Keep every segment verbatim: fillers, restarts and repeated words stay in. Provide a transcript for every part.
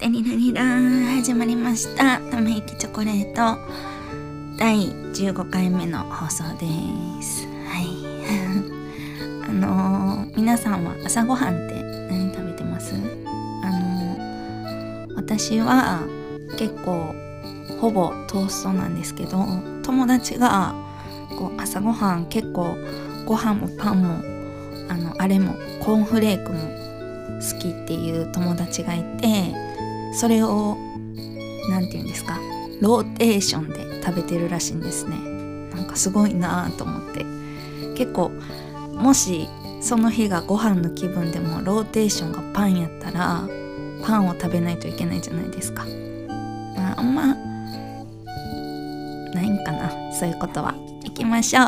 テリラリラー始まりました。ため息チョコレートだいじゅうごかいめの放送です。はいあのー、皆さんは朝ごはんって何食べてます？あのー、私は結構ほぼトーストなんですけど、友達がこう朝ごはん結構ご飯もパンもあのあれもコーンフレークも好きっていう友達がいて、それをなんていうんですか、ローテーションで食べてるらしいんですね。なんかすごいなと思って、結構もしその日がご飯の気分でもローテーションがパンやったらパンを食べないといけないじゃないですか。まああんまないんかな、そういうことは。行きましょう。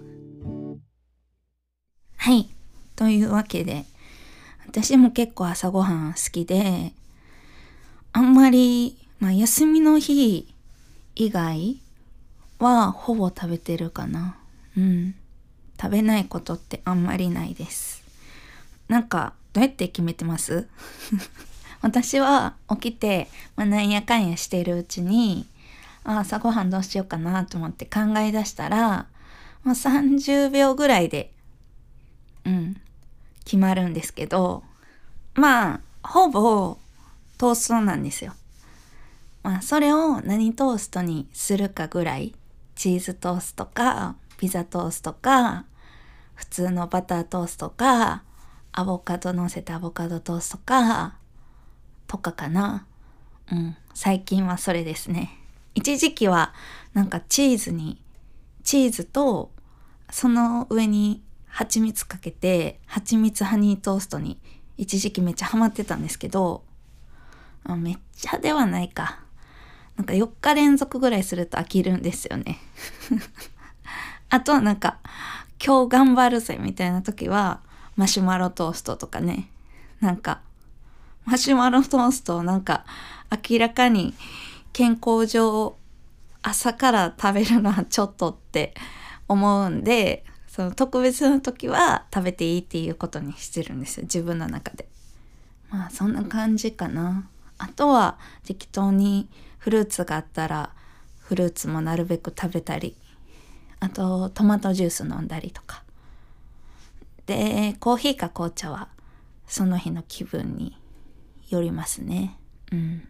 はい、というわけで私も結構朝ごはん好きで、あんまり、まあ、休みの日以外はほぼ食べてるかな。うん。食べないことってあんまりないです。なんかどうやって決めてます私は起きて、まあ、なんやかんやしてるうちに、あ、朝ごはんどうしようかなと思って考え出したら、まあ、さんじゅうびょうぐらいで、うん、決まるんですけど、まあほぼトーストなんですよ。まあそれを何トーストにするかぐらい、チーズトーストかピザトーストか普通のバタートーストかアボカド乗せたアボカドトーストかとかかな。うん、最近はそれですね。一時期はなんかチーズにチーズとその上に蜂蜜かけて蜂蜜ハニートーストに一時期めっちゃハマってたんですけど、あ、めっちゃではないか。なんかよっか連続ぐらいすると飽きるんですよね。あとはなんか今日頑張るぜみたいな時はマシュマロトーストとかね。なんかマシュマロトーストをなんか明らかに健康上朝から食べるのはちょっとって思うんで、その特別な時は食べていいっていうことにしてるんですよ、自分の中で。まあそんな感じかな。あとは適当にフルーツがあったらフルーツもなるべく食べたり、あとトマトジュース飲んだりとかで、コーヒーか紅茶はその日の気分によりますね。うん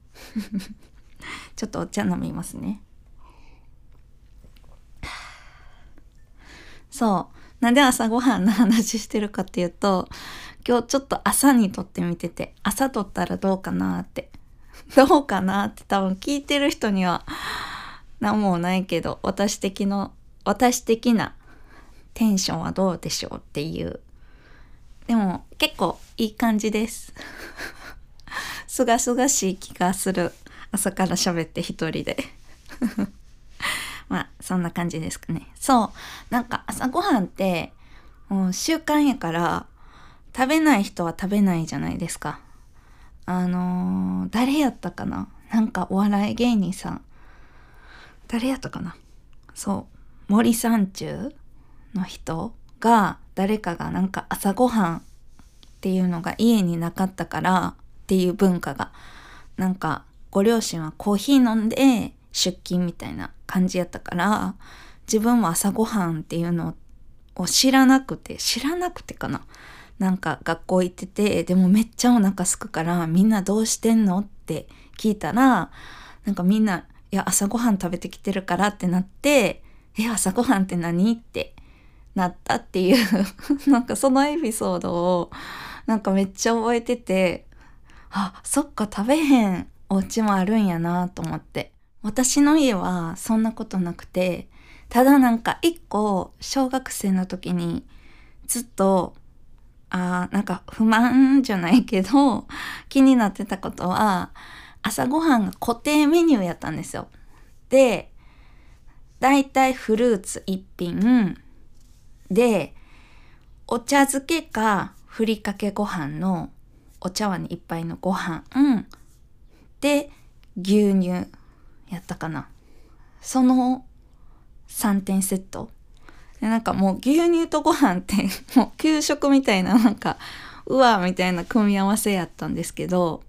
ちょっとお茶飲みますね。そう、なんで朝ごはんの話してるかっていうと、今日ちょっと朝に撮ってみてて、朝撮ったらどうかなってどうかなって多分聞いてる人には何もないけど、私的の私的なテンションはどうでしょうっていう。でも結構いい感じですすがすがしい気がする。朝から喋って一人でまあそんな感じですかね。そう、なんか朝ごはんってもう習慣やから食べない人は食べないじゃないですか。あのー、誰やったかな、なんかお笑い芸人さん、誰やったかな、そう森三中の人が、誰かがなんか朝ごはんっていうのが家になかったからっていう文化が、なんかご両親はコーヒー飲んで出勤みたいな感じやったから、自分も朝ごはんっていうのを知らなくて知らなくてかな、なんか学校行ってて、でもめっちゃお腹すくからみんなどうしてんのって聞いたら、なんかみんな、いや朝ごはん食べてきてるからってなって、え朝ごはんって何ってなったっていうなんかそのエピソードをなんかめっちゃ覚えてて、あ、そっか食べへんお家もあるんやなと思って。私の家はそんなことなくて、ただなんか一個小学生の時にずっとあなんか不満じゃないけど気になってたことは、朝ごはんが固定メニューやったんですよ。で、だいたいフルーツ一品で、お茶漬けかふりかけご飯のお茶碗に一杯のご飯で牛乳やったかな、そのさんてんセットで、なんかもう牛乳とご飯ってもう給食みたいな、なんかうわみたいな組み合わせやったんですけど、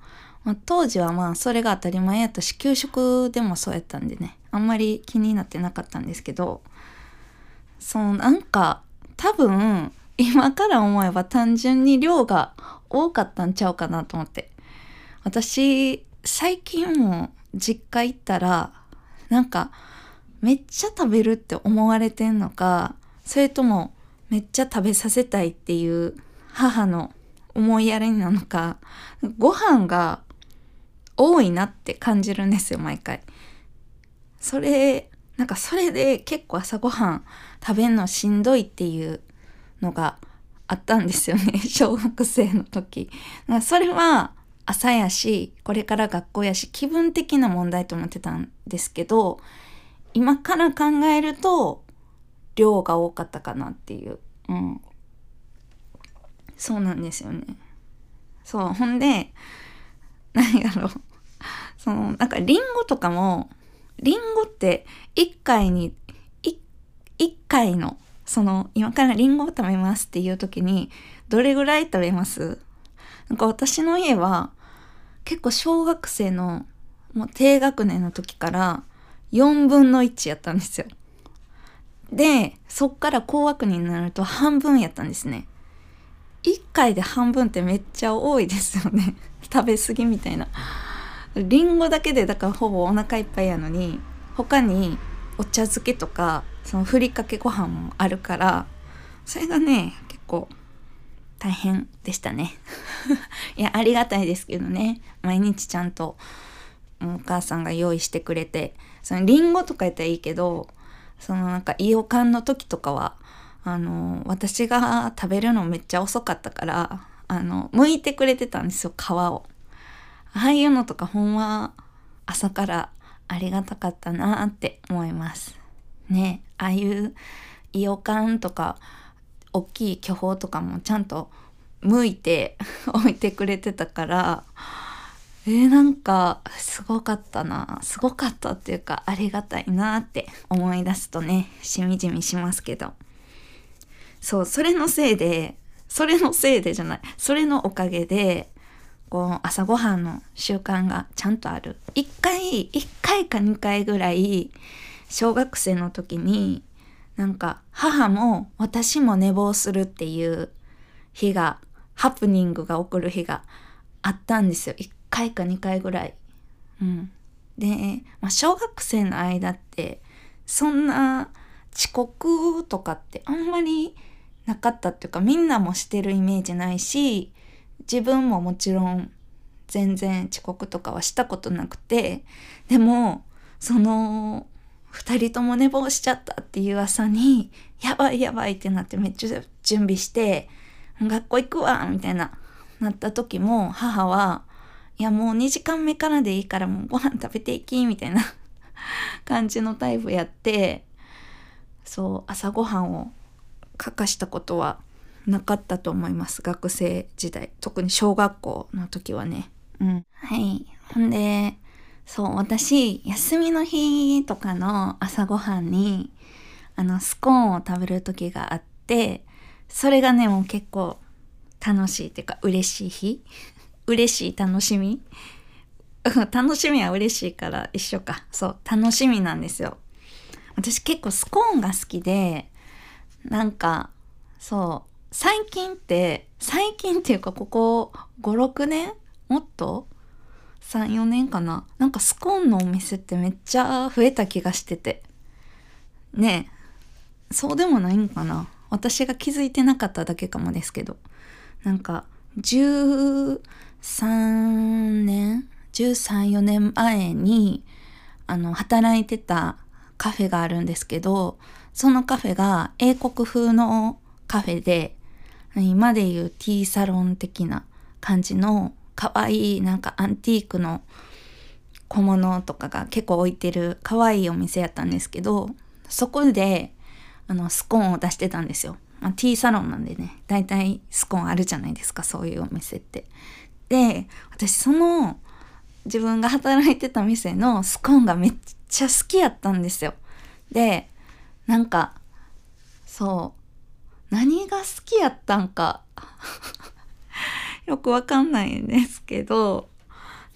まあ、当時はまあそれが当たり前やったし、給食でもそうやったんでね、あんまり気になってなかったんですけど、そうなんか多分今から思えば単純に量が多かったんちゃうかなと思って。私最近も実家行ったらなんかめっちゃ食べるって思われてんのか、それともめっちゃ食べさせたいっていう母の思いやりなのか、ご飯が多いなって感じるんですよ、毎回。それなんかそれで結構朝ごはん食べるのしんどいっていうのがあったんですよね小学生の時。なんかそれは朝やし、これから学校やし、気分的な問題と思ってたんですけど、今から考えると量が多かったかなっていう。うん。そうなんですよね。そう。ほんで、何やろう。その、なんかリンゴとかも、リンゴっていっかいに、いっかいの、その、今からリンゴを食べますっていう時に、どれぐらい食べます？なんか私の家は、結構小学生の、もう低学年の時からよんぶんのいちやったんですよ。で、そっから高学年になると半分やったんですね。いっかいで半分ってめっちゃ多いですよね。食べ過ぎみたいな。リンゴだけでだからほぼお腹いっぱいやのに、他にお茶漬けとかそのふりかけご飯もあるから、それがね結構大変でしたね。いやありがたいですけどね、毎日ちゃんとお母さんが用意してくれて、そのリンゴとかやったらいいけど、そのなんかイオカンの時とかはあの私が食べるのめっちゃ遅かったから、あの剥いてくれてたんですよ、皮を。ああいうのとかほんま朝からありがたかったなって思いますね。ああいうイオカンとか大きい巨峰とかもちゃんと剥いて置いてくれてたから、えー、なんかすごかったな、すごかったっていうかありがたいなって思い出すとね、しみじみしますけど、そう、それのせいでそれのせいでじゃないそれのおかげでこう朝ごはんの習慣がちゃんとある。一回一回か二回ぐらい小学生の時になんか母も私も寝坊するっていう日が、ハプニングが起こる日があったんですよ。一回か二回ぐらい。うん。で、まあ、小学生の間ってそんな遅刻とかってあんまりなかったっていうか、みんなもしてるイメージないし、自分ももちろん全然遅刻とかはしたことなくて、でもその二人とも寝坊しちゃったっていう朝にやばいやばいってなってめっちゃ準備して学校行くわみたいななった時も、母はいやもうにじかんめからでいいからもうご飯食べていきみたいな感じのタイプやって、そう朝ごはんを欠かしたことはなかったと思います、学生時代。特に小学校の時はね。うん。はい。ほんで、そう、私、休みの日とかの朝ごはんに、あの、スコーンを食べる時があって、それがね、もう結構楽しいっていうか、嬉しい日嬉しい楽しみ楽しみは嬉しいから一緒か。そう、楽しみなんですよ。私結構スコーンが好きで、なんか、そう、最近って、最近っていうかここご、ろくねんもっと さん、よねんかな、なんかスコーンのお店ってめっちゃ増えた気がしてて。ねえ、そうでもないんかな。私が気づいてなかっただけかもですけど。なんか、じゅうさんねん ?じゅうさん、よねんまえに、あの、働いてたカフェがあるんですけど、そのカフェが英国風のカフェで、今でいうティーサロン的な感じの可愛いなんかアンティークの小物とかが結構置いてる可愛いお店やったんですけど、そこであのスコーンを出してたんですよ。まあ、ティーサロンなんでね、だいたいスコーンあるじゃないですか、そういうお店って。で、私その自分が働いてた店のスコーンがめっちゃ好きやったんですよ。で、なんかそう何が好きやったんかよくわかんないんですけど、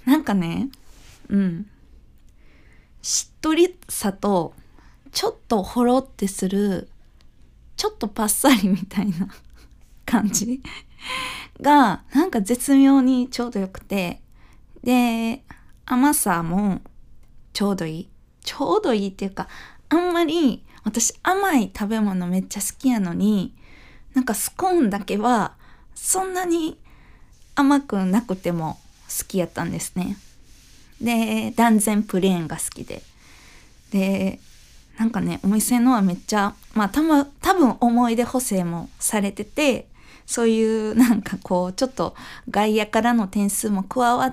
なんかね、うん。しっとりさと、ちょっとほろってする、ちょっとパッサリみたいな感じが、なんか絶妙にちょうどよくて、で、甘さもちょうどいい。ちょうどいいっていうか、あんまり、私甘い食べ物めっちゃ好きやのに、なんかスコーンだけは、そんなに甘くなくても好きやったんですね。で、断然プレーンが好きで。で、なんかね、お店のはめっちゃ、まあたま、多分思い出補正もされてて、そういうなんかこう、ちょっと外野からの点数も加わって、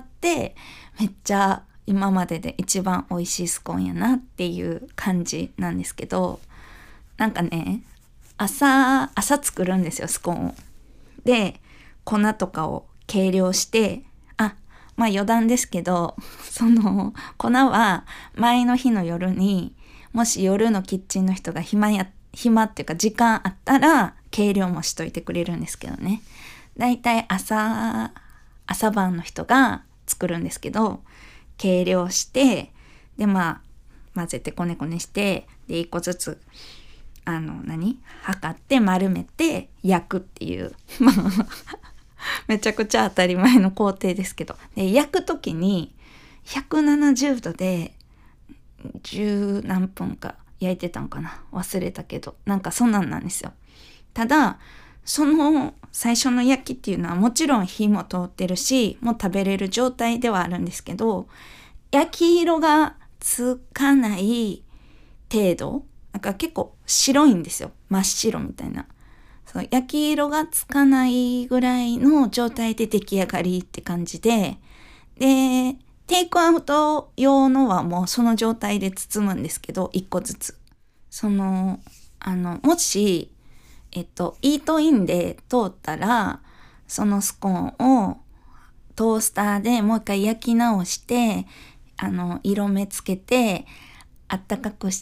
めっちゃ今までで一番美味しいスコーンやなっていう感じなんですけど、なんかね、朝、朝作るんですよ、スコーンを。で、粉とかを計量して、あ、まあ余談ですけど、その粉は前の日の夜に、もし夜のキッチンの人が暇や、暇っていうか時間あったら計量もしといてくれるんですけどね。だいたい朝、朝晩の人が作るんですけど、計量して、でまあ混ぜてこねこねして、で一個ずつあの何測って丸めて焼くっていうまあめちゃくちゃ当たり前の工程ですけど、で焼くときにひゃくななじゅうどで十何分か焼いてたんかな、忘れたけど、なんかそんなんなんですよ。ただその最初の焼きっていうのはもちろん火も通ってるし、もう食べれる状態ではあるんですけど、焼き色がつかない程度、なんか結構白いんですよ、真っ白みたいな。そう焼き色がつかないぐらいの状態で出来上がりって感じで、でテイクアウト用のはもうその状態で包むんですけど、一個ずつ。そのあのもしえっとイートインで通ったら、そのスコーンをトースターでもう一回焼き直して、あの色目つけてあったかくして、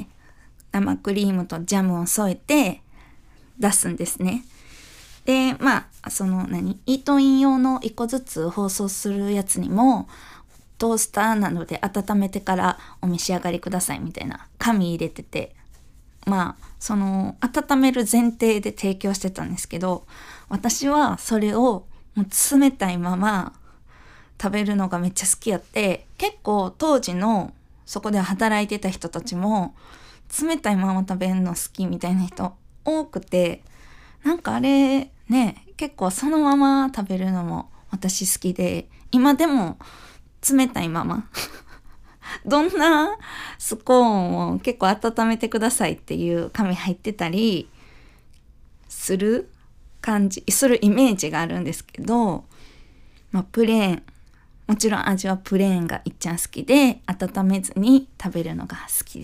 生クリームとジャムを添えて出すんですね。でまあその何イートイン用の一個ずつ包装するやつにも、トースターなので温めてからお召し上がりくださいみたいな紙入れてて、まあその温める前提で提供してたんですけど、私はそれをもう冷たいまま食べるのがめっちゃ好きやって、結構当時のそこで働いてた人たちも冷たいまま食べるの好きみたいな人多くて、なんかあれね、結構そのまま食べるのも私好きで、今でも冷たいままどんなスコーンを結構温めてくださいっていう紙入ってたりする感じするイメージがあるんですけど、まあ、プレーン、もちろん味はプレーンがいっちゃん好きで、温めずに食べるのが好きです。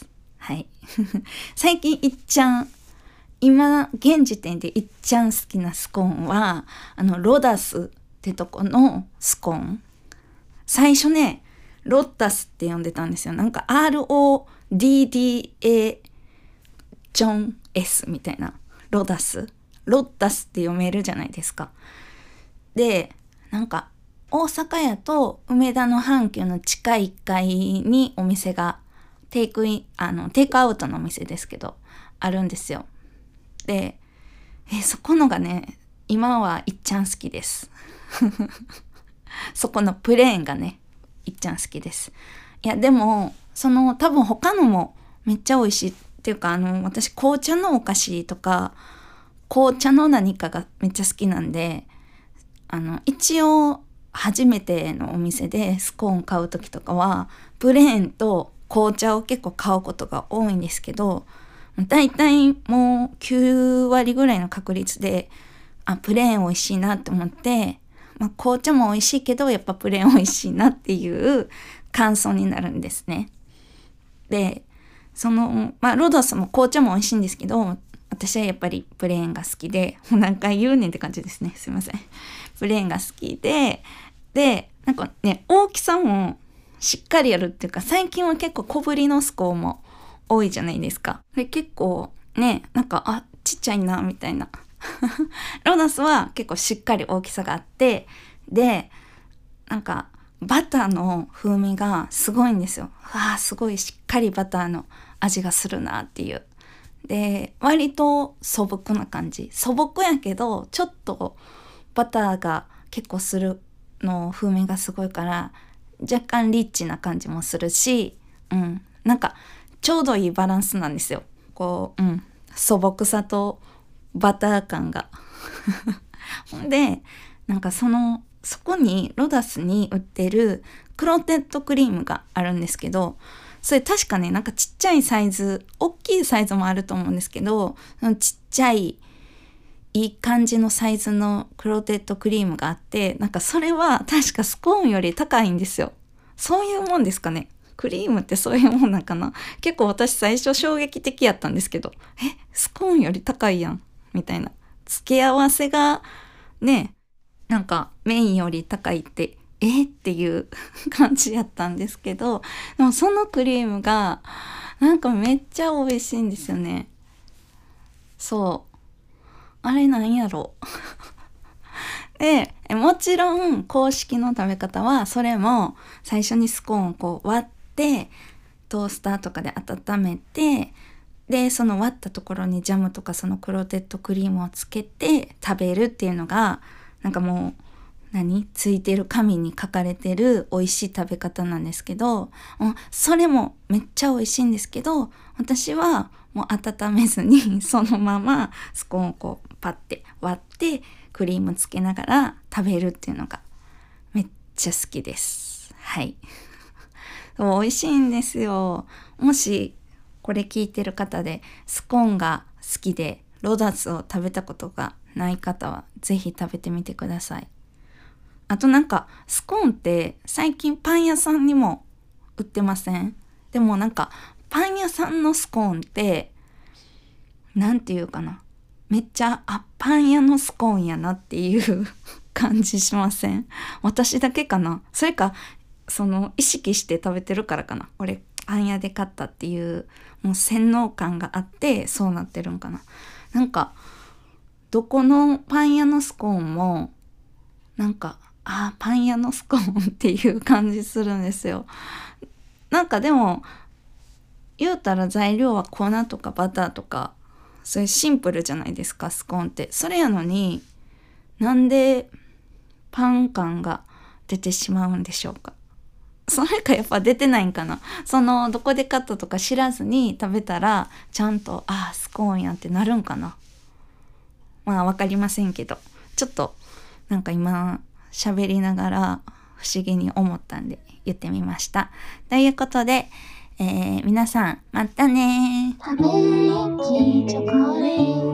はい最近いっちゃん、今現時点でいっちゃん好きなスコーンはあのロダスってとこのスコーン。最初ねロッタスって呼んでたんですよ。なんか アールオーディーディーエー ジョン S みたいな、ロダスロッタスって読めるじゃないですか。でなんか大阪やと梅田の阪急の地下いっかいにお店がテイクインあのテイクアウトのお店ですけどあるんですよ。でえそこのがね今はいっちゃん好きですそこのプレーンがねいっちゃん好きです。いやでもその多分他のもめっちゃ美味しいっていうか、あの私紅茶のお菓子とか紅茶の何かがめっちゃ好きなんで、あの一応初めてのお店でスコーン買う時とかはプレーンと紅茶を結構買うことが多いんですけど、だいたいもうきゅうわりぐらいの確率であプレーン美味しいなって思って、まあ、紅茶も美味しいけどやっぱプレーン美味しいなっていう感想になるんですね。でその、まあ、ロドスも紅茶も美味しいんですけど、私はやっぱりプレーンが好きで、もう何回言うねんって感じですね、すいません。プレーンが好きで、でなんかね大きさもしっかりやるっていうか、最近は結構小ぶりのスコーンも多いじゃないですか。で結構ねなんかあちっちゃいなみたいなロダスは結構しっかり大きさがあって、でなんかバターの風味がすごいんですよ。わあ、すごいしっかりバターの味がするなっていう。で、割と素朴な感じ。素朴やけど、ちょっとバターが結構するの風味がすごいから、若干リッチな感じもするし、うん。なんか、ちょうどいいバランスなんですよ。こう、うん。素朴さとバター感が。で、なんかその、そこにロダスに売ってるクロテッドクリームがあるんですけど、それ確かね、なんかちっちゃいサイズ、大きいサイズもあると思うんですけど、そのちっちゃいいい感じのサイズのクロテッドクリームがあって、なんかそれは確かスコーンより高いんですよ。そういうもんですかね。クリームってそういうもんなんかな。結構私最初衝撃的やったんですけど、え、スコーンより高いやんみたいな。付け合わせがね、なんかメインより高いってえっていう感じやったんですけど、でもそのクリームがなんかめっちゃ美味しいんですよね。そうあれなんやろでもちろん公式の食べ方はそれも最初にスコーンをこう割ってトースターとかで温めて、でその割ったところにジャムとかそのクロテッドクリームをつけて食べるっていうのがなんかもう何ついてる紙に書かれてる美味しい食べ方なんですけど、それもめっちゃ美味しいんですけど、私はもう温めずにそのままスコーンをこうパッて割ってクリームつけながら食べるっていうのがめっちゃ好きです。はい。美味しいんですよ。もしこれ聞いてる方でスコーンが好きでロダスを食べたことがない方はぜひ食べてみてください。あとなんかスコーンって最近パン屋さんにも売ってません？でもなんかパン屋さんのスコーンってなんていうかな、めっちゃあパン屋のスコーンやなっていう感じしません？私だけかな？それかその意識して食べてるからかな。俺パン屋で買ったっていうもう洗脳感があってそうなってるんかな。なんかどこのパン屋のスコーンもなんかあパン屋のスコーンっていう感じするんですよ。なんかでも言うたら材料は粉とかバターとかそれシンプルじゃないですか、スコーンって。それやのになんでパン感が出てしまうんでしょうか。それかやっぱ出てないんかな。そのどこで買ったとか知らずに食べたらちゃんとあスコーンやんってなるんかな。まあわかりませんけど、ちょっとなんか今喋りながら不思議に思ったんで言ってみました。ということで、えー、皆さんまたねー。ため息チョコレート